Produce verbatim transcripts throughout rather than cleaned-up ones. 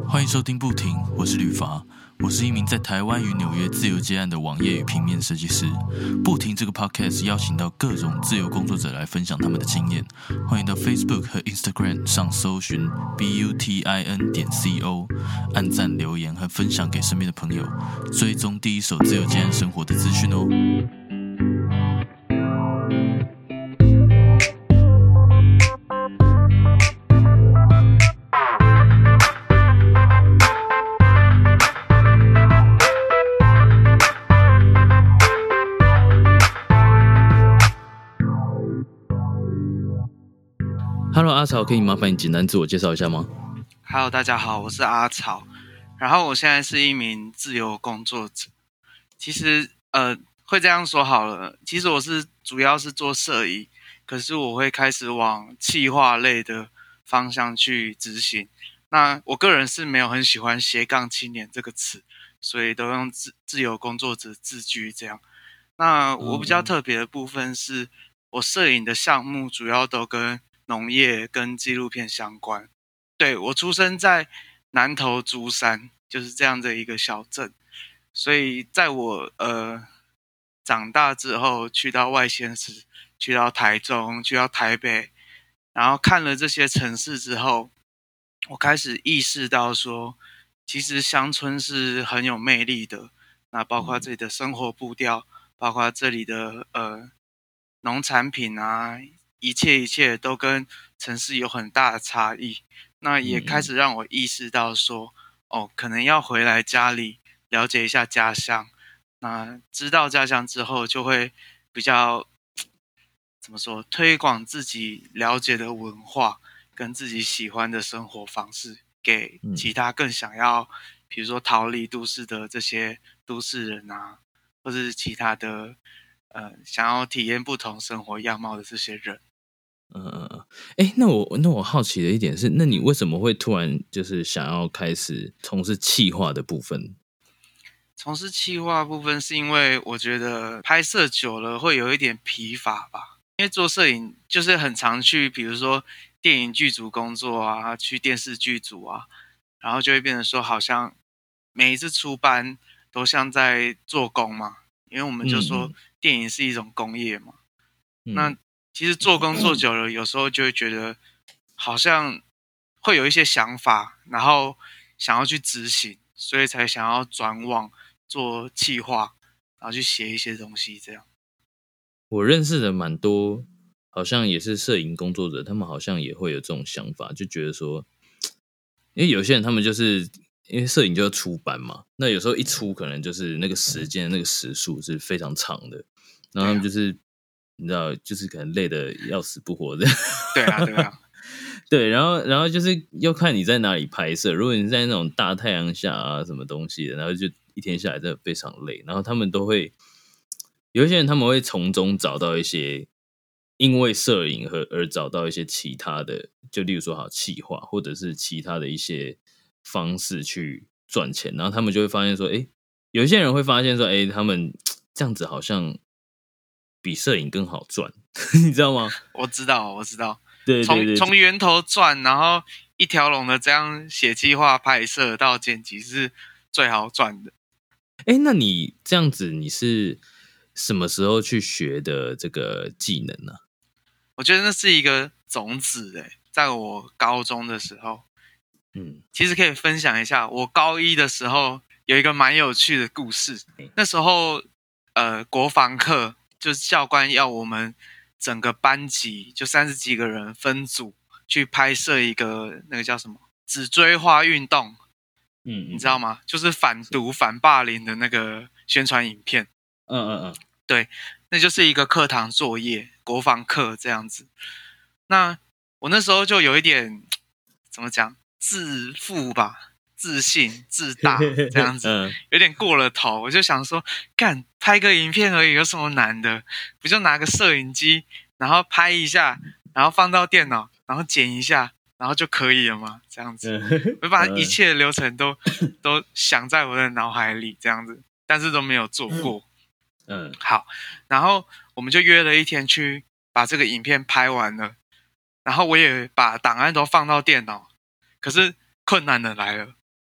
欢迎收听不停，我是吕伐，我是一名在台湾与纽约自由接案的网页与平面设计师。不停这个 podcast 邀请到各种自由工作者来分享他们的经验，欢迎到 Facebook 和 Instagram 上搜寻 B U T I N 点 C O， 按赞留言和分享给身边的朋友，追踪第一手自由接案生活的资讯哦。Hello， 阿草，可以麻烦你简单自我介绍一下吗 ？Hello， 大家好，我是阿草，然后我现在是一名自由工作者。其实，呃，会这样说好了，其实我是主要是做摄影，可是我会开始往企划类的方向去执行。那我个人是没有很喜欢斜杠青年这个词，所以都用自自由工作者自居这样。那我比较特别的部分是，我摄影的项目主要都跟农业跟纪录片相关。对，我出生在南投竹山，就是这样的一个小镇，所以在我呃长大之后，去到外县市，去到台中，去到台北，然后看了这些城市之后，我开始意识到说，其实乡村是很有魅力的。那包括这里的生活步调，包括这里的呃农产品啊。一切一切都跟城市有很大的差异，那也开始让我意识到说，哦，可能要回来家里了解一下家乡。那知道家乡之后，就会比较怎么说，推广自己了解的文化跟自己喜欢的生活方式，给其他更想要，比如说逃离都市的这些都市人啊，或者是其他的呃想要体验不同生活样貌的这些人。 嗯嗯嗯，哎，那我那我好奇的一点是，那你为什么会突然就是想要开始从事企划的部分？ 从事企划部分是因为我觉得拍摄久了会有一点疲乏吧，因为做摄影就是很常去，比如说电影剧组工作啊，去电视剧组啊，然后就会变成说好像每一次出班都像在做工嘛，因为我们就说电影是一种工业嘛，嗯、那其实做工做久了，有时候就会觉得好像会有一些想法，然后想要去执行，所以才想要转往做企划，然后去写一些东西这样。 我认识的蛮多，好像也是摄影工作者，他们好像也会有这种想法，就觉得说，因为有些人他们就是因为摄影就要出班嘛，那有时候一出可能就是那个时间那个时数是非常长的，然后他们就是。你知道，就是可能累得要死不活的。 对啊，对啊， 对，然后，然后就是要看你在哪里拍摄。如果你在那种大太阳下啊，什么东西的，然后就一天下来真的非常累。然后他们都会有一些人，他们会从中找到一些因为摄影和而找到一些其他的，就例如说好企划，或者是其他的一些方式去赚钱。然后他们就会发现说，哎，有一些人会发现说，哎，他们这样子好像。比摄影更好赚，你知道吗？ 我知道，我知道。 对对对， 从从源头赚，然后一条龙的这样写计划、拍摄到剪辑是最好赚的。 哎，那你这样子，你是什么时候去学的这个技能呢、啊？ 我觉得那是一个种子诶，在我高中的时候，嗯，其实可以分享一下，我高一的时候有一个蛮有趣的故事。那时候，呃，国防课。就是教官要我们整个班级就三十几个人分组去拍摄一个那个叫什么紫锥花运动，嗯，你知道吗？就是反毒反霸凌的那个宣传影片。嗯嗯嗯，对，那就是一个课堂作业，国防课这样子。那我那时候就有一点怎么讲自负吧。自信自大这样子、嗯、有点过了头，我就想说干拍个影片而已有什么难的，不就拿个摄影机然后拍一下，然后放到电脑然后剪一下然后就可以了吗？这样子我把一切的流程都都想在我的脑海里这样子，但是都没有做过。嗯，好，然后我们就约了一天去把这个影片拍完了，然后我也把档案都放到电脑，可是困难的来了，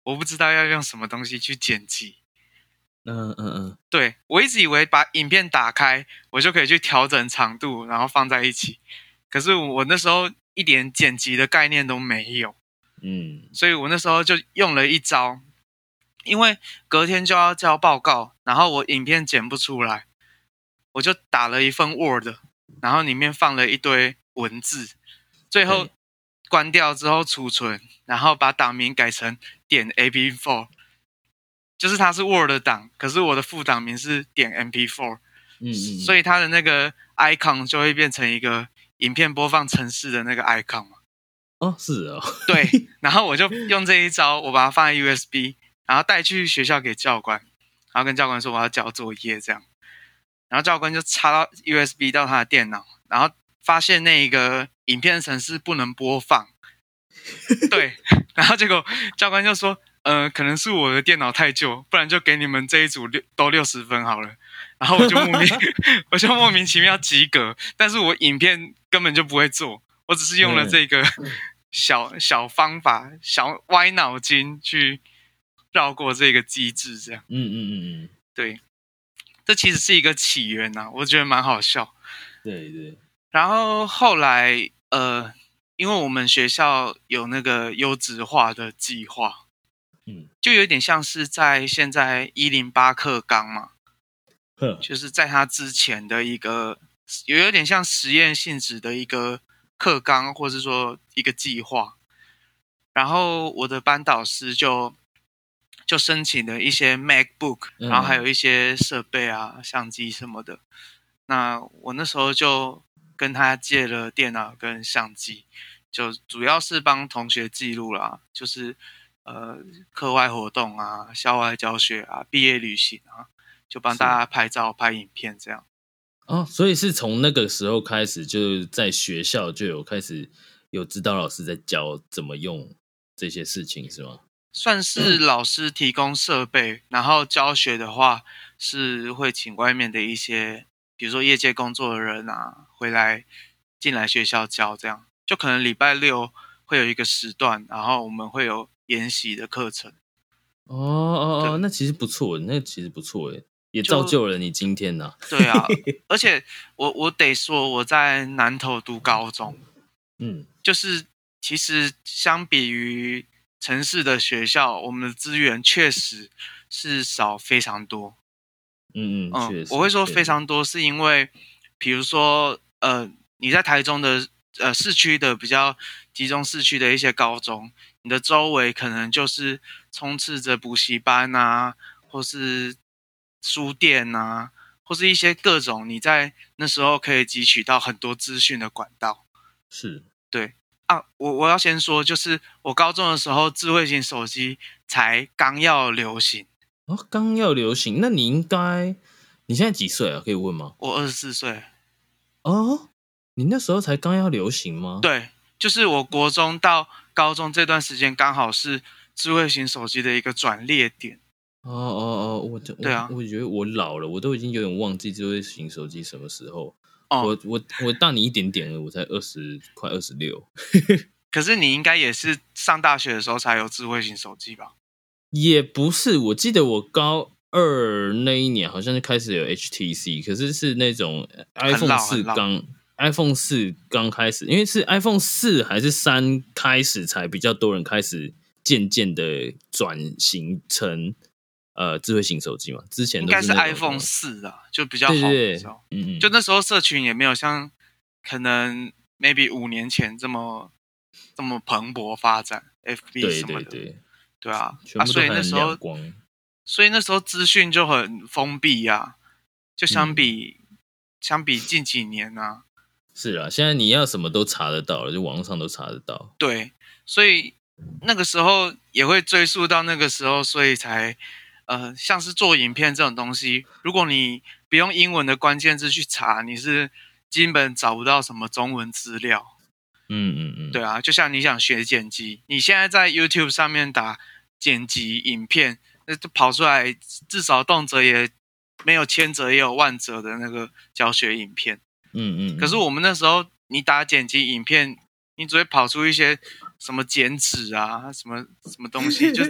我不知道要用什么东西去剪辑。 嗯嗯嗯， 对，我一直以为把影片打开，我就可以去调整长度，然后放在一起。可是我那时候一点剪辑的概念都没有， 嗯， 所以我那时候就用了一招，因为隔天就要交报告，然后我影片剪不出来，我就打了一份 Word， 然后里面放了一堆文字，最后关掉之后储存，然后把档名改成点 M P 四。就是它是 Word 档，可是我的副档名是点 M P 四， 嗯嗯， 所以它的那个 icon 就会变成一个影片播放程式的那个 icon 嘛。 哦，是哦， 对，然后我就用这一招，我把它放在 U S B， 然后带去学校给教官，然后跟教官说我要交作业这样，然后教官就插到 U S B 到他的电脑，然后发现那个影片程式不能播放，对，然后结果教官就说。呃，可能是我的电脑太旧，不然就给你们这一组六都六十分好了。然后我就莫名我就莫名其妙及格，但是我影片根本就不会做，我只是用了这个小小方法、小歪脑筋去绕过这个机制，这样。 嗯嗯嗯嗯， 对，这其实是一个起源呐、啊，我觉得蛮好笑。 对对。 然后后来呃，因为我们学校有那个优质化的计划。 嗯， 就有点像是在现在一零八课纲嘛，就是在它之前的一个，有有点像实验性质的一个课纲，或是说一个计划。然后我的班导师就就申请了一些 MacBook， 然后还有一些设备啊、相机什么的。那我那时候就跟他借了电脑跟相机，就主要是帮同学记录啦，就是。呃，课外活动啊，校外教学啊，毕业旅行啊，就帮大家拍照、拍影片这样。 哦，所以是从那个时候开始，就在学校就有开始有指导老师在教怎么用这些事情，是吗？ 算是老师提供设备，然后教学的话是会请外面的一些，比如说业界工作的人啊，回来进来学校教，这样就可能礼拜六会有一个时段，然后我们会有研习的课程。 哦哦哦，那其实不错，那其实不错诶，也造就了你今天呐、啊。 对啊，而且我我得说我在南投读高中， 嗯， 就是其实相比于城市的学校，我们的资源确实是少非常多。 嗯嗯，确实， 我会说非常多，是因为比如说呃，你在台中的呃市区的比较集中市区的一些高中，你的周围可能就是充斥着补习班啊，或是书店啊，或是一些各种你在那时候可以汲取到很多资讯的管道。 是， 对啊，我我要先说，就是我高中的时候，智慧型手机才刚要流行。 哦，刚要流行，那你应该，你现在几岁啊？可以问吗？ 我二十四岁。 哦，你那时候才刚要流行吗？ 对，就是我国中到高中这段时间，刚好是智慧型手机的一个转捩点。 哦哦哦，我对啊， 我觉得我老了，我都已经有点忘记智慧型手机什么时候。 哦、 我我我大你一点点了，我才二十，快二十六。 可是你应该也是上大学的时候才有智慧型手机吧？ 也不是，我记得我高二那一年好像就开始有 H T C， 可是是那种 iPhone 四刚 iPhone 四刚开始，因为是 iPhone 四还是三开始才比较多人开始渐渐的转型成呃智慧型手机嘛，之前应该是 iPhone 四啊，就比较好的时候。 对对对，嗯嗯， 就那时候社群也没有像可能 maybe 五年前这么这么蓬勃发展 ，F B 什么的。 对对对， 对啊， 全部都还很亮光， 所以那时候资讯就很封闭啊，就相比、嗯、相比近几年啊， 是啊，现在你要什么都查得到了，就网络上都查得到。 对，所以那个时候也会追溯到那个时候，所以才呃，像是做影片这种东西，如果你不用英文的关键字去查，你是基本找不到什么中文资料。 嗯嗯嗯， 对啊，就像你想学剪辑，你现在在 YouTube 上面打剪辑影片，那就跑出来至少动辄也没有千折也有万折的那个教学影片。 嗯 嗯, 嗯， 可是我们那时候你打剪辑影片，你只会跑出一些什么剪纸啊，什么什么东西，就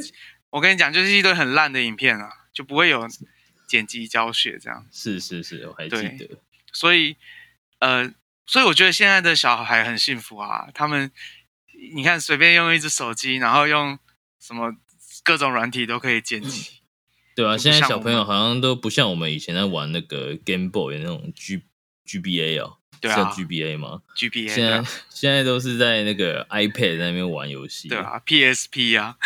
我跟你讲，就是一堆很烂的影片啊，就不会有剪辑教学这样。 是是是，我还记得。 所以呃，所以我觉得现在的小孩很幸福啊，他们你看随便用一只手机，然后用什么各种软体都可以剪辑。 对啊，现在小朋友好像都不像我们以前在玩那个 Game Boy 那种 G G B A 哦， 对啊， 叫 G B A 吗 ？G B A 现在、 啊、 现在都是在那个 iPad 在那边玩游戏。 对啊 ，P S P 啊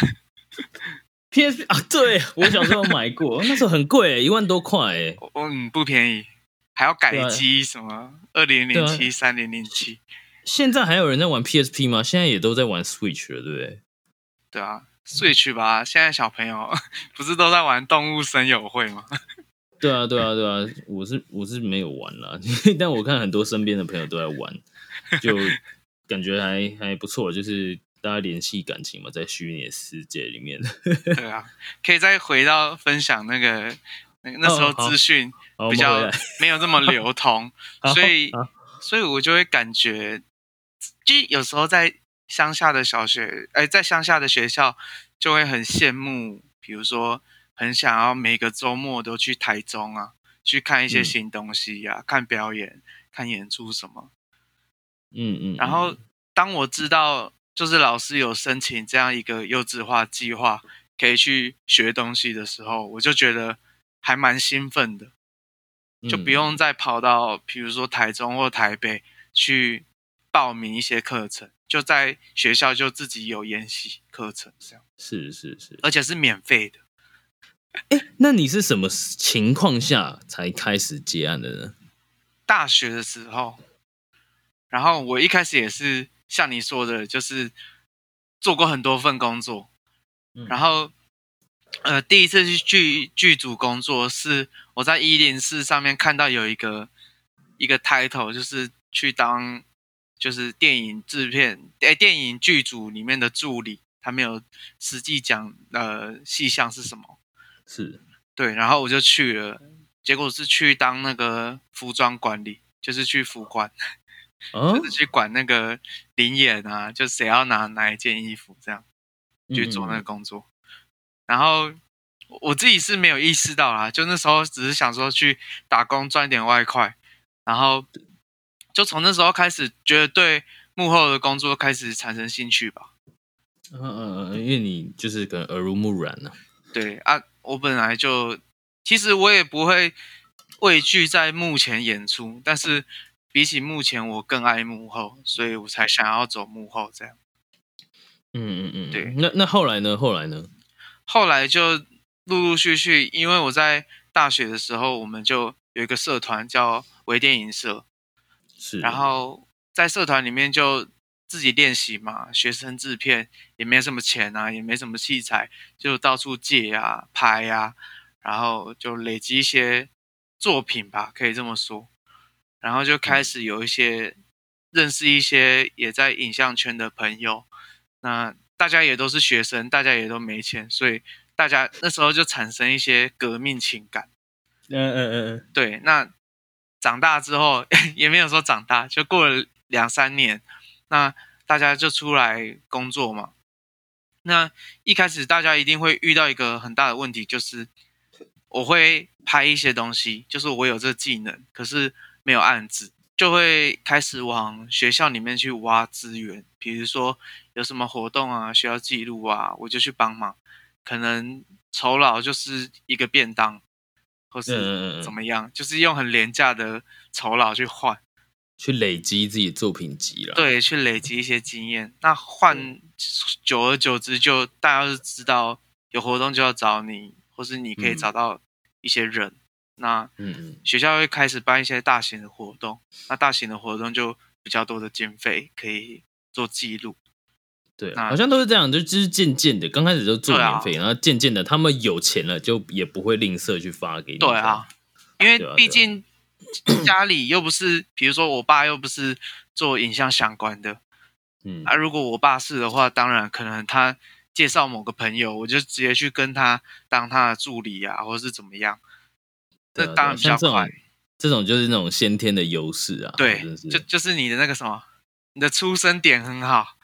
，P S P 啊，对我小时候买过，那时候很贵，一万多块哎， 嗯，不便宜，还要改机什么二零零七、三零零七。 现在还有人在玩 P S P 吗？现在也都在玩 Switch 了，对不对？ 对啊 ，Switch 吧，现在小朋友不是都在玩动物森友会吗？ 对啊，对啊，对啊，我是我是没有玩啦，但我看很多身边的朋友都在玩，就感觉还还不错，就是大家联系感情嘛，在虚拟的世界里面。 对啊，可以再回到分享那个那那时候资讯比较没有这么流通， 哦、 所以所以我就会感觉，就有时候在乡下的小学，哎，在乡下的学校就会很羡慕，比如说很想要每个周末都去台中啊，去看一些新东西啊，嗯、看表演、看演出什么。 嗯嗯。 然后当我知道就是老师有申请这样一个优质化计划，可以去学东西的时候，我就觉得还蛮兴奋的，就不用再跑到比如说台中或台北去报名一些课程，就在学校就自己有研习课程这样。 是是是， 而且是免费的。 哎，那你是什么情况下才开始接案的呢？ 大学的时候，然后我一开始也是像你说的，就是做过很多份工作，嗯、然后呃，第一次去剧剧组工作是我在一零四上面看到有一个一个 title， 就是去当就是电影制片哎电影剧组里面的助理，他没有实际讲呃细项是什么， 是对，然后我就去了，结果是去当那个服装管理，就是去服管。哦、就是去管那个临演啊，就谁要拿哪一件衣服这样去做那个工作。嗯嗯，然后我自己是没有意识到啦，就那时候只是想说去打工赚点外快，然后就从那时候开始觉得对幕后的工作开始产生兴趣吧。 嗯嗯嗯，因为你就是可能耳濡目染啊。 对啊，我本来就其实我也不会畏惧在幕前演出，但是比起幕前我更爱幕后，所以我才想要走幕后这样。 嗯嗯嗯，对。那那后来呢？后来呢？ 后来就陆陆续续，因为我在大学的时候，我们就有一个社团叫微电影社， 是。 然后在社团里面就自己练习嘛，学生制片也没什么钱啊，也没什么器材，就到处借啊、拍啊，然后就累积一些作品吧，可以这么说。然后就开始有一些认识一些也在影像圈的朋友，那大家也都是学生，大家也都没钱，所以大家那时候就产生一些革命情感。 嗯嗯嗯嗯， 对。那长大之后也没有说长大，就过了两三年，那大家就出来工作嘛。那一开始大家一定会遇到一个很大的问题，就是我会拍一些东西，就是我有这个技能，可是没有案子，就会开始往学校里面去挖资源，比如说有什么活动啊需要记录啊，我就去帮忙，可能酬劳就是一个便当，或是怎么样，嗯嗯嗯，就是用很廉价的酬劳去换， 去累积自己的作品集啦。 对，去累积一些经验。那换久而久之就，就大家就知道有活动就要找你，或是你可以找到一些人。嗯，那学校会开始办一些大型的活动，那大型的活动就比较多的经费可以做记录。 对，好像都是这样，就就是渐渐的，刚开始就做免费，啊，然后渐渐的他们有钱了，就也不会吝啬去发给你。 对啊，因为毕竟家里又不是，比如说我爸又不是做影像相关的，嗯啊，如果我爸是的话，当然可能他介绍某个朋友，我就直接去跟他当他的助理啊，或者是怎么样。这当然比较快， 这种就是那种先天的优势啊。 对，就就是你的那个什么，你的出生点很好。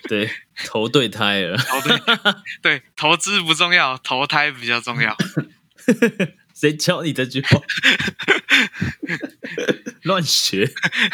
对，投对胎了， 投对对，投资不重要，投胎比较重要。 谁教你这句话？乱学，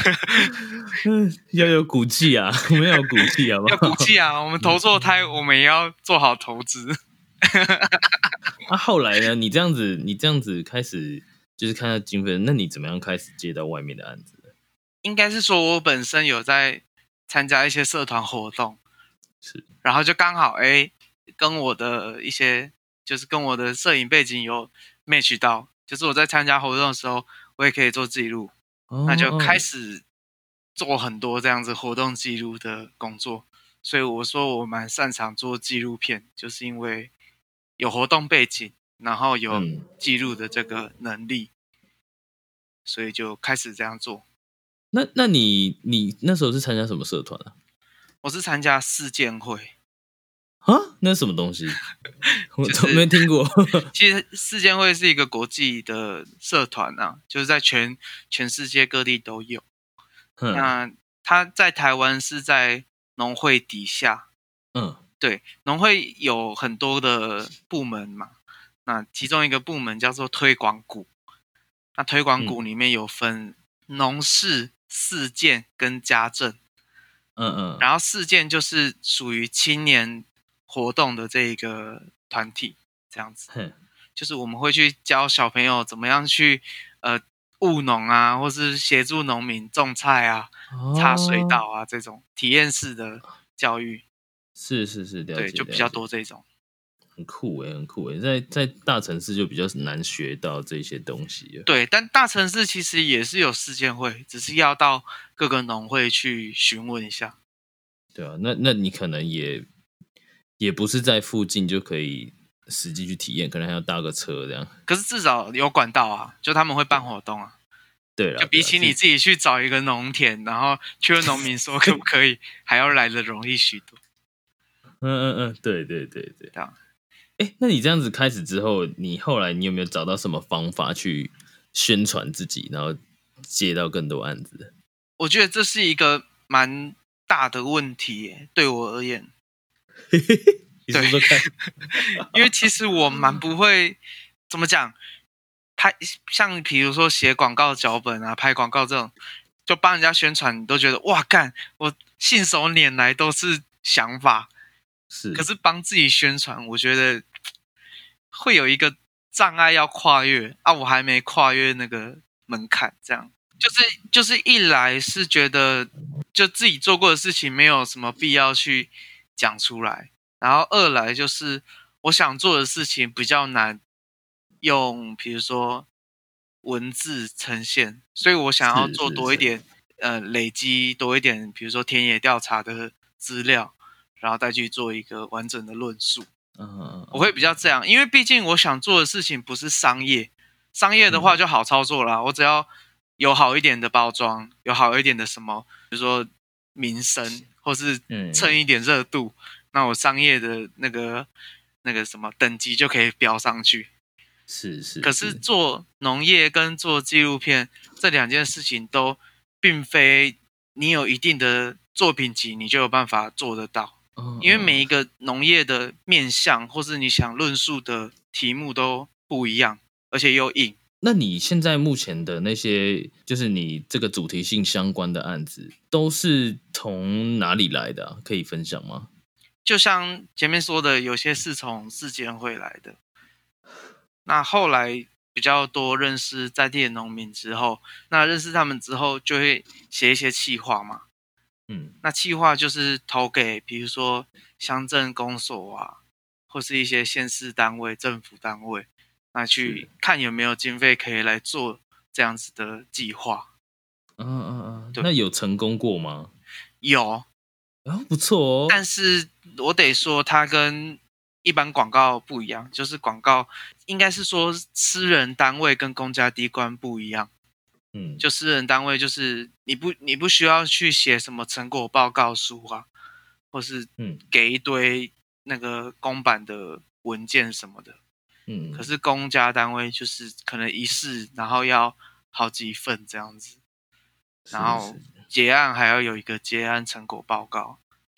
要有骨气啊！我们要有骨气，好不好？ 要骨气啊！我们投错胎，我们也要做好投资。 啊，后来呢？你这样子，你这样子开始就是看到经费，那你怎么样开始接到外面的案子？ 应该是说我本身有在参加一些社团活动， 是， 然后就刚好哎，跟我的一些就是跟我的摄影背景有 match 到，就是我在参加活动的时候，我也可以做记录， 哦、 那就开始做很多这样子活动记录的工作。所以我说我蛮擅长做纪录片，就是因为有活动背景，然后有记录的这个能力，嗯、所以就开始这样做。 那那你你那时候是参加什么社团啊？ 我是参加世建会啊，那是什么东西？我都没听过。 其实世建会是一个国际的社团啊，就是在全全世界各地都有。嗯、那它在台湾是在农会底下，嗯，对，农会有很多的部门嘛，那其中一个部门叫做推广股，那推广股里面有分农事、四建跟家政，嗯嗯，然后四建就是属于青年活动的这一个团体，这样子，就是我们会去教小朋友怎么样去呃务农啊，或是协助农民种菜啊、插水稻啊、哦、这种体验式的教育， 是是是，了解， 对，就比较多这种。 很酷诶，很酷诶，在在大城市就比较难学到这些东西了。 对，但大城市其实也是有世建会，只是要到各个农会去询问一下。 对啊，那那你可能也也不是在附近就可以实际去体验，可能还要搭个车这样。 可是至少有管道啊，就他们会办活动啊。 对了， 就比起你自己去找一个农田，然后去问农民说可不可以，还要来得容易许多。 嗯嗯嗯，对对对对。啊，哎，那你这样子开始之后，你后来你有没有找到什么方法去宣传自己，然后接到更多案子？ 我觉得这是一个蛮大的问题耶，对我而言。 你说说看。 因为其实我蛮不会，怎么讲，拍像比如说写广告脚本啊，拍广告这种，就帮人家宣传，你都觉得哇干，我信手拈来都是想法。 是， 可是帮自己宣传，我觉得会有一个障碍要跨越啊，我还没跨越那个门槛，这样就是就是一来是觉得就自己做过的事情没有什么必要去讲出来，然后二来就是我想做的事情比较难用，比如说文字呈现，所以我想要做多一点呃累积多一点，比如说田野调查的资料。然后再去做一个完整的论述，嗯，我会比较这样，因为毕竟我想做的事情不是商业，商业的话就好操作啦，嗯、我只要有好一点的包装，有好一点的什么，比如说名声，或是蹭一点热度，嗯、那我商业的那个那个什么等级就可以飙上去。 是是， 可是做农业跟做纪录片这两件事情都并非你有一定的作品集，你就有办法做得到。因为每一个农业的面向，或是你想论述的题目都不一样，而且又硬。 那你现在目前的那些，就是你这个主题性相关的案子，都是从哪里来的啊？可以分享吗？ 就像前面说的，有些是从世建会来的。那后来比较多认识在地的农民之后，那认识他们之后，就会写一些企划嘛。嗯，那企划就是投给比如说乡镇公所啊，或是一些县市单位、政府单位，那去看有没有经费可以来做这样子的计划。 嗯嗯嗯，那有成功过吗？ 有， 哦，不错哦。 但是我得说，它跟一般广告不一样，就是广告应该是说私人单位跟公家机关不一样。嗯，就私人单位就是你不你不需要去写什么成果报告书啊，或是给一堆那个公版的文件什么的。嗯，可是公家单位就是可能一式，然后要好几份这样子，然后结案还要有一个结案成果报告，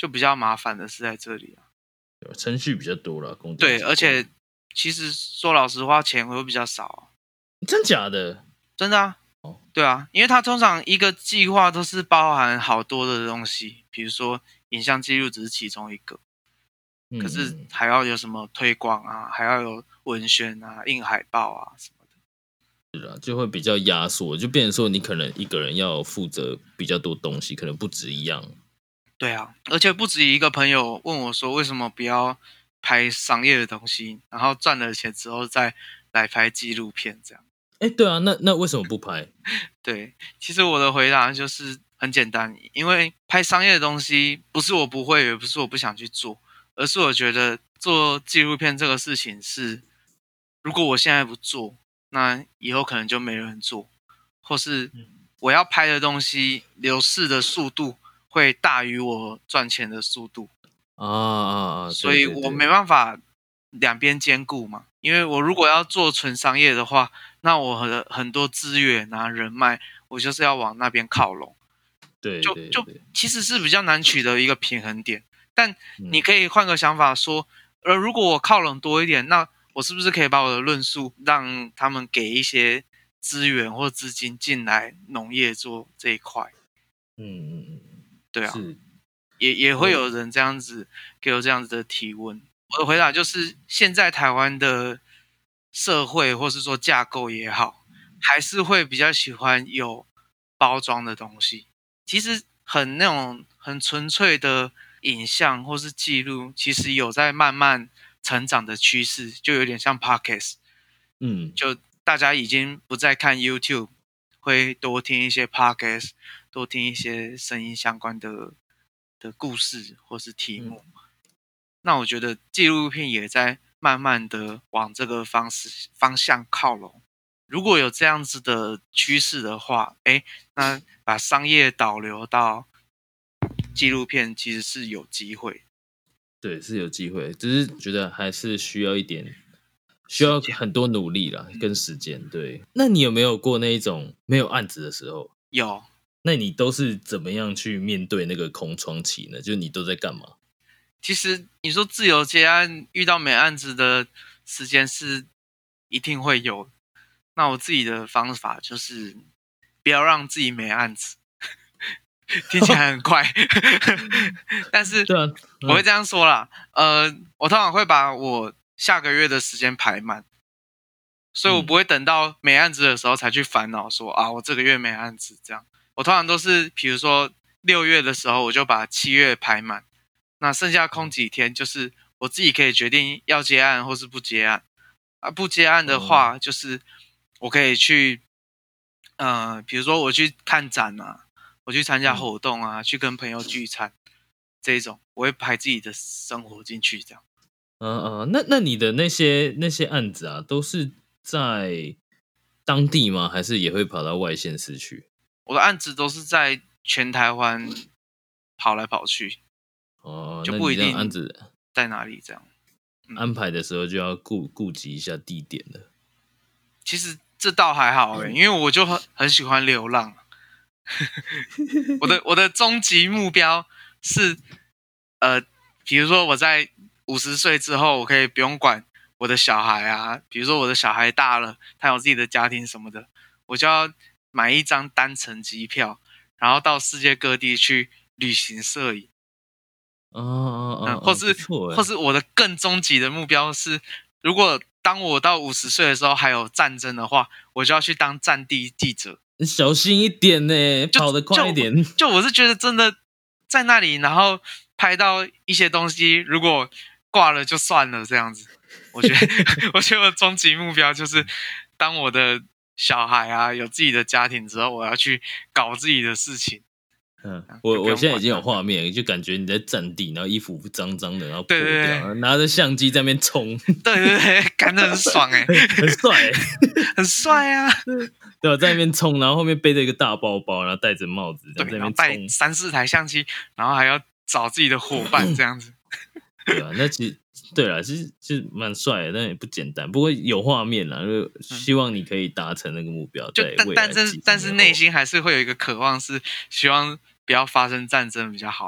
就比较麻烦的是在这里啊。 程序比较多了，工作对，而且其实说老实话，钱会比较少啊。 真假的？ 真的啊。哦，对啊，因为它通常一个计划都是包含好多的东西，比如说影像记录只是其中一个，嗯、可是还要有什么推广啊，还要有文宣啊、印海报啊什么的。 是啊，就会比较压缩，就变成说你可能一个人要负责比较多东西，可能不止一样。 对啊，而且不止一个朋友问我说，为什么不要拍商业的东西，然后赚了钱之后再来拍纪录片这样？ 哎，对啊，那那为什么不拍？ 对，其实我的回答就是很简单，因为拍商业的东西不是我不会，也不是我不想去做，而是我觉得做纪录片这个事情是，如果我现在不做，那以后可能就没人做，或是我要拍的东西流逝的速度会大于我赚钱的速度啊啊啊！ 所以我没办法两边兼顾嘛。因为我如果要做纯商业的话，那我很很多资源啊、人脉，我就是要往那边靠拢。 对， 就就其实是比较难取得一个平衡点。但你可以换个想法说，呃，如果我靠拢多一点，那我是不是可以把我的论述让他们给一些资源或资金进来农业做这一块？ 嗯嗯嗯， 对啊，也也会有人这样子给我这样子的提问。我的回答就是，现在台湾的社会或是说架构也好，还是会比较喜欢有包装的东西。其实很那种很纯粹的影像或是记录，其实有在慢慢成长的趋势，就有点像 Podcast。嗯，就大家已经不再看 YouTube， 会多听一些 Podcast， 多听一些声音相关的的故事或是题目。嗯，那我觉得纪录片也在慢慢的往这个方式方向靠拢。如果有这样子的趋势的话，哎，那把商业导流到纪录片其实是有机会。 对，是有机会，只是觉得还是需要一点，需要很多努力啦，跟时间。对，那你有没有过那一种没有案子的时候？ 有。 那你都是怎么样去面对那个空窗期呢？就你都在干嘛？ 其实你说自由接案遇到没案子的时间是一定会有，那我自己的方法就是不要让自己没案子，听起来很怪，但是我会这样说啦，呃，我通常会把我下个月的时间排满，所以我不会等到没案子的时候才去烦恼说啊，我这个月没案子这样。我通常都是比如说六月的时候我就把七月排满。那剩下空几天，就是我自己可以决定要接案或是不接案。啊，不接案的话，就是我可以去，呃，比如说我去看展啊，我去参加活动啊，嗯、去跟朋友聚餐，这一种我会排自己的生活进去，这样。 嗯嗯，那那你的那些那些案子啊，都是在当地吗？还是也会跑到外县市去？ 我的案子都是在全台湾跑来跑去。 哦， 就不一定案子在哪里这样、 嗯、安排的时候就要顾顾及一下地点了。 其实这倒还好哎、欸，因为我就很很喜欢流浪。我的我的终极目标是，呃，比如说我在五十岁之后，我可以不用管我的小孩啊，比如说我的小孩大了，他有自己的家庭什么的，我就要买一张单程机票，然后到世界各地去旅行摄影。 哦哦哦， 或是或是我的更终极的目标是，如果当我到五十岁的时候还有战争的话，我就要去当战地记者。 你小心一点呢，跑得快一点。 就, 就, 就我是觉得真的在那里，然后拍到一些东西，如果挂了就算了这样子。我觉得我觉得我终极目标就是当我的小孩啊有自己的家庭之后，我要去搞自己的事情。 嗯，我我现在已经有画面，就感觉你在战地，然后衣服脏脏的，然后破掉， 对对对拿着相机在那边冲， 对对对，干得很爽哎、欸， 很帅、欸， 很帅啊！ 对啊，在那边冲，然后后面背着一个大包包，然后戴着帽子，在那边带三四台相机，然后还要找自己的伙伴这样子。 对啊，那其实对啦，其实其实蛮帅的，但也不简单。不过有画面啦，就希望你可以达成那个目标。 就但但是但是内心还是会有一个渴望，是希望不要发生战争比较好。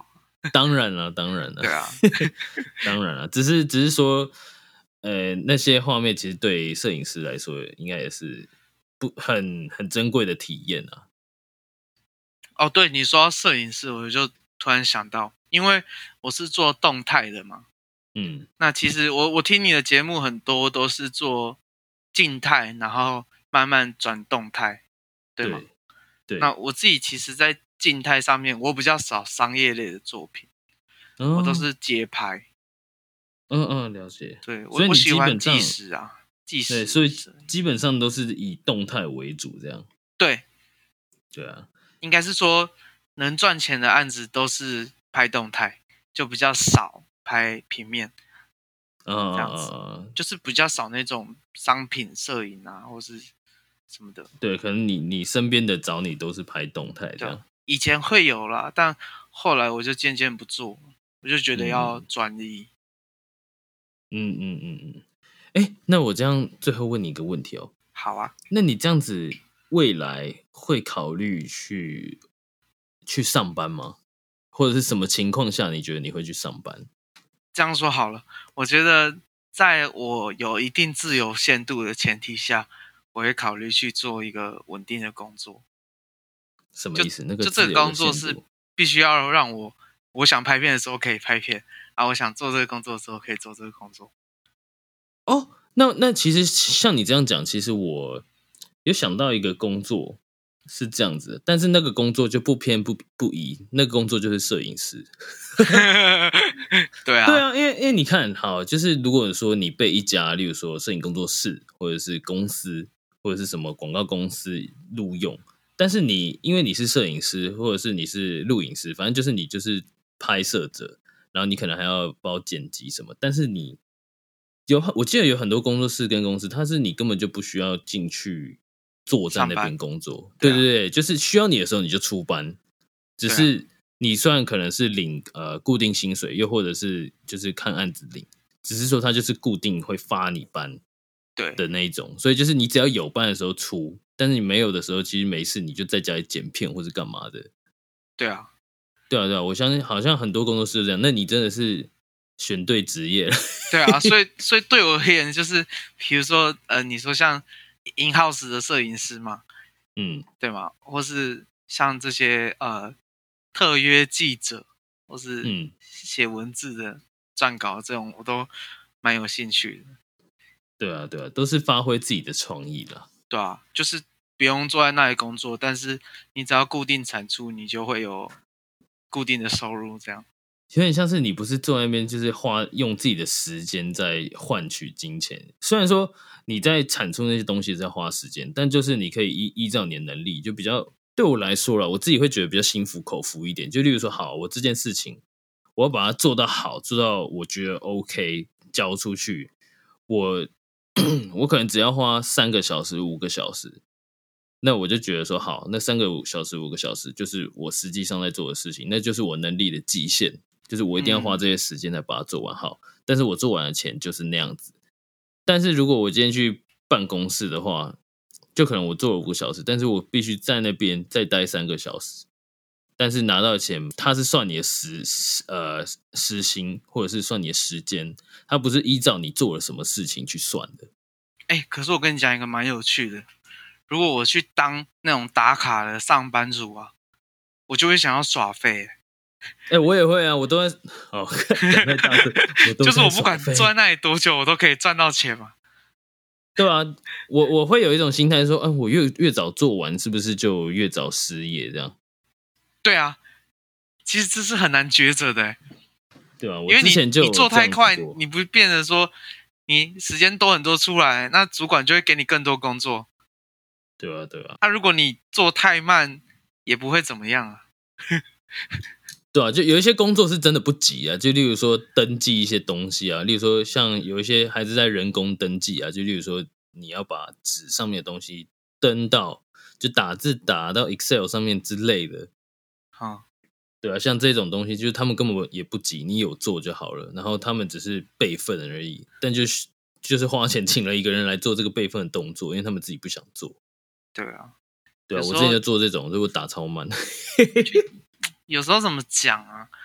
当然了，当然了， 对啊， 当然了，只是只是说，呃，那些画面其实对摄影师来说，应该也是不很很珍贵的体验啊。 哦，对，你说到摄影师，我就突然想到，因为我是做动态的嘛， 嗯， 那其实我我听你的节目很多都是做静态，然后慢慢转动态，对吗？ 对，对那我自己其实，在静态上面，我比较少商业类的作品， 哦、 我都是街拍。 嗯嗯，了解。 对，我所以你我喜欢纪基本上实啊，纪对， 实所以摄影基本上都是以动态为主，这样。 对， 对啊， 应该是说能赚钱的案子都是拍动态，就比较少拍平面， 嗯嗯这样子， 嗯嗯， 就是比较少那种商品摄影啊，或是什么的。 对，可能你你身边的找你都是拍动态这对， 样。 以前会有啦，但后来我就渐渐不做，我就觉得要嗯专一。 嗯嗯嗯嗯。哎，那我这样最后问你一个问题哦， 好啊， 那你这样子未来会考虑去去上班吗？或者是什么情况下你觉得你会去上班？ 这样说好了，我觉得在我有一定自由限度的前提下，我会考虑去做一个稳定的工作。就什么意思？那个就这个自由的工作是限度？ 必须要让我，我想拍片的时候可以拍片，啊，我想做这个工作的时候可以做这个工作。 哦，那那其实像你这样讲，其实我有想到一个工作是这样子的，但是那个工作就不偏不不倚，那个工作就是摄影师。 对啊， 对啊，因为因为你看，好，就是如果说你被一家，例如说摄影工作室，或者是公司，或者是什么广告公司录用，但是你因为你是摄影师，或者是你是录影师，反正就是你就是拍摄者，然后你可能还要包剪辑什么，但是你有我记得有很多工作室跟公司，它是你根本就不需要进去坐在那边工作， 对啊对对对，就是需要你的时候你就出班，只对啊是你虽然可能是领呃固定薪水，又或者是就是看案子领，只是说它就是固定会发你班对的那一种，所以就是你只要有班的时候出，但是你没有的时候，其实没事，你就在家里剪片或是干嘛的。 对啊， 对啊，对啊，我相信好像很多工作室都这样。那你真的是选对职业了。 对啊，所以所以对我而言，就是比如说呃，你说像 in house 的摄影师嘛， 嗯对吗？或是像这些呃特约记者，或是嗯， 写文字的撰稿这种，我都蛮有兴趣的。 对啊，对啊，都是发挥自己的创意啦。 对啊，就是不用坐在那里工作，但是你只要固定产出，你就会有固定的收入，这样。 有点像是你不是坐在那边，就是花用自己的时间在换取金钱。虽然说你在产出那些东西在花时间，但就是你可以依依照你的能力，就比较对我来说啦，我自己会觉得比较心服口服一点。就例如说，好，我这件事情我要把它做到好，做到我觉得 OK，交出去，我我可能只要花三个小时、五个小时，那我就觉得说，好，那三个小时、五个小时就是我实际上在做的事情，那就是我能力的极限。就是我一定要花这些时间来把它做完好，嗯、但是我做完的钱就是那样子。但是如果我今天去办公室的话，就可能我做了五个小时，但是我必须在那边再待三个小时，但是拿到的钱，它是算你的时呃时薪，或者是算你的时间，它不是依照你做了什么事情去算的。 哎、欸，可是我跟你讲一个蛮有趣的，如果我去当那种打卡的上班族啊，我就会想要耍废、欸。 哎、欸，我也会啊，我都在哦，讲太大声，我都就是我不管在坐在那里多久，我都可以赚到钱嘛。 对啊，我我会有一种心态说，嗯、呃，我越越早做完，是不是就越早失业？这样。 对啊，其实这是很难抉择的、欸， 对啊， 因为你我之前就你做太快， 做你不变得说你时间多很多出来，那主管就会给你更多工作。 对啊，对啊。 那、啊、如果你做太慢，也不会怎么样啊。 对啊，就有一些工作是真的不急啊，就例如说登记一些东西啊，例如说像有一些还是在人工登记啊，就例如说你要把纸上面的东西登到，就打字打到 Excel 上面之类的。 好、嗯， 对啊，像这种东西，就是他们根本也不急，你有做就好了，然后他们只是备份而已，但就是就是花钱请了一个人来做这个备份的动作，因为他们自己不想做。 对啊， 对啊，我之前就做这种，如果打超慢。 有时候怎么讲啊？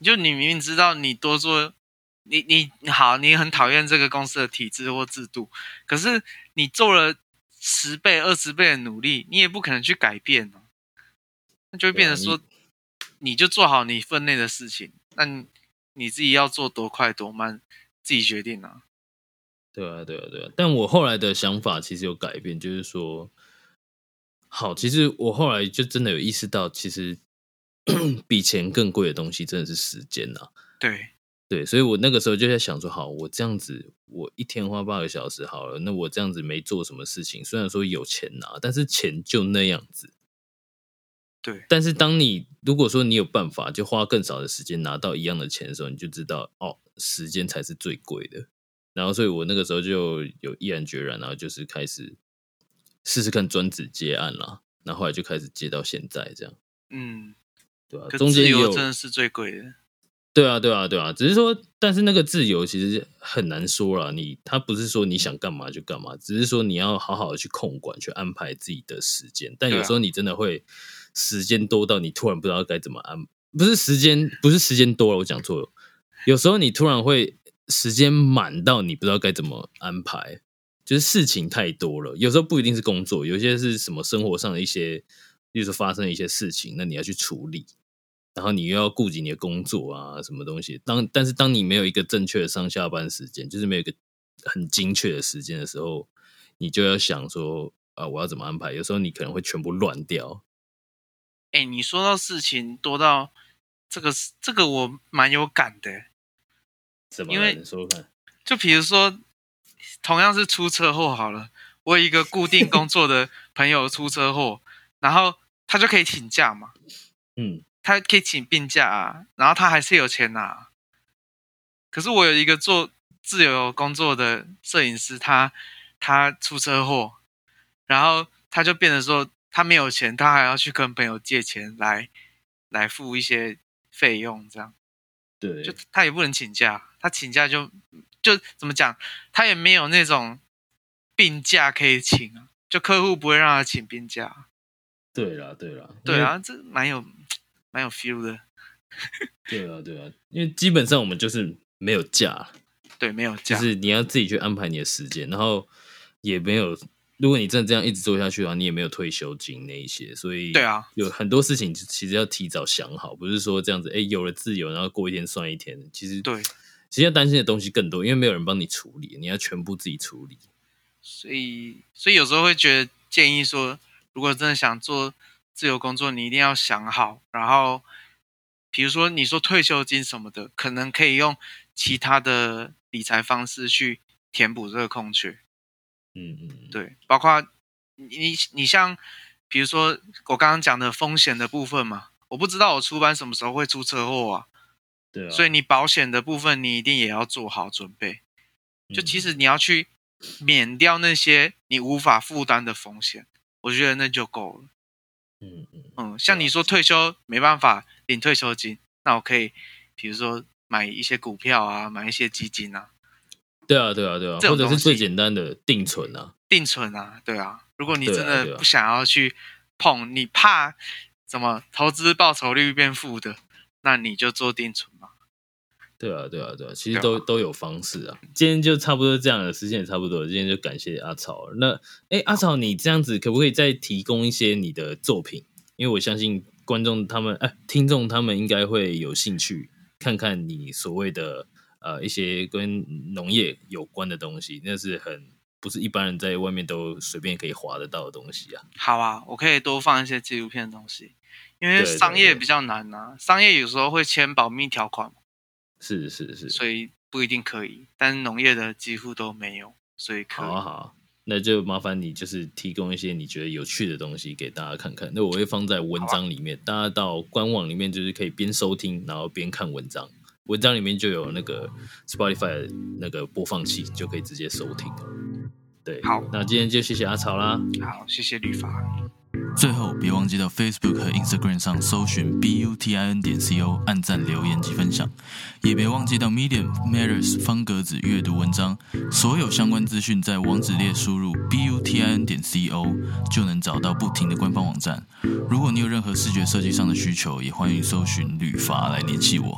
就你明明知道你多做，你你好，你很讨厌这个公司的体制或制度，可是你做了十倍、二十倍的努力，你也不可能去改变哦。那就会变成说，啊、你, 你就做好你分内的事情，那 你, 你自己要做多快多慢，自己决定啊。 对啊，对啊，对啊。但我后来的想法其实有改变，就是说，好，其实我后来就真的有意识到，其实比钱更贵的东西真的是时间啊。 对对，所以我那个时候就在想说，好，我这样子，我一天花八个小时好了，那我这样子没做什么事情，虽然说有钱拿，但是钱就那样子。 对， 但是当你如果说你有办法，就花更少的时间拿到一样的钱的时候，你就知道哦，时间才是最贵的。然后，所以我那个时候就有毅然决然，然后就是开始试试看专职接案啦。然后后来就开始接到现在这样。 嗯， 对啊， 可中间也有自由真的是最贵的。 对啊，对啊，对啊，只是说，但是那个自由其实很难说啦。你他不是说你想干嘛就干嘛，只是说你要好好的去控管，去安排自己的时间。但有时候你真的会时间多到你突然不知道该怎么安，不是时间，不是时间多了，我讲错了。有时候你突然会时间满到你不知道该怎么安排，就是事情太多了。有时候不一定是工作，有些是什么生活上的一些，例如说发生的一些事情，那你要去处理。然后你又要顾及你的工作啊，什么东西？当但是当你没有一个正确的上下班时间，就是没有一个很精确的时间的时候，你就要想说啊，我要怎么安排？有时候你可能会全部乱掉。 哎、欸，你说到事情多到这个，这个我蛮有感的。 怎么？ 因为你说说看。 就比如说，同样是出车祸好了，我有一个固定工作的朋友出车祸，然后他就可以请假嘛。 嗯。 他可以请病假啊，然后他还是有钱拿。可是我有一个做自由工作的摄影师，他他出车祸，然后他就变成说他没有钱，他还要去跟朋友借钱来来付一些费用，这样。 对， 就他也不能请假，他请假就就怎么讲，他也没有那种病假可以请啊，就客户不会让他请病假。 对啦，对啦， 对啊，这蛮有。蛮有 feel 的。 对啊，对啊，因为基本上我们就是没有假， 对，没有假， 就是你要自己去安排你的时间，然后也没有，如果你真的这样一直做下去的话，你也没有退休金那一些，所以对啊， 有很多事情其实要提早想好，不是说这样子，哎，有了自由，然后过一天算一天，其实对， 其实要担心的东西更多，因为没有人帮你处理，你要全部自己处理， 所以所以有时候会觉得建议说，如果真的想做自由工作，你一定要想好，然后比如说你说退休金什么的，可能可以用其他的理财方式去填补这个空缺。 嗯嗯， 对，包括你你像比如说我刚刚讲的风险的部分嘛，我不知道我出班什么时候会出车祸啊， 对啊， 所以你保险的部分你一定也要做好准备。就其实你要去免掉那些你无法负担的风险，我觉得那就够了。 嗯嗯嗯，像你说退休没办法领退休金，那我可以比如说买一些股票啊，买一些基金啊。 对啊，对啊，对啊，或者是最简单的定存啊， 定存啊，对啊。如果你真对啊对啊的不想要去碰，你怕怎么投资报酬率变负的，那你就做定存嘛。 对啊，对啊，对啊，其实都、啊、都有方式啊。今天就差不多这样了，时间也差不多了，今天就感谢阿草了。那哎，阿草，你这样子可不可以再提供一些你的作品？因为我相信观众他们，哎，听众他们应该会有兴趣看看你所谓的呃一些跟农业有关的东西，那是很不是一般人在外面都随便可以滑得到的东西啊。 好啊，我可以多放一些纪录片的东西，因为商业比较难啊，商业有时候会签保密条款。 是是是， 所以不一定可以，但是农业的几乎都没有，所以可以。 好啊好啊，那就麻烦你就是提供一些你觉得有趣的东西给大家看看。那我会放在文章里面，啊、大家到官网里面就是可以边收听，然后边看文章。文章里面就有那个 Spotify 的那个播放器，就可以直接收听。对， 好， 那今天就谢谢阿草啦。 好，谢谢律法。 最后，别忘记到 Facebook 和 Instagram 上搜寻 B U T I N 点 C O， 按赞、留言及分享。也别忘记到 Medium Matters 方格子阅读文章，所有相关资讯在网址列输入 B U T I N 点 C O 就能找到不停的官方网站。如果你有任何视觉设计上的需求，也欢迎搜寻旅法来联系我。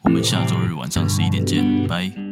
我们下周日晚上十一点见，拜。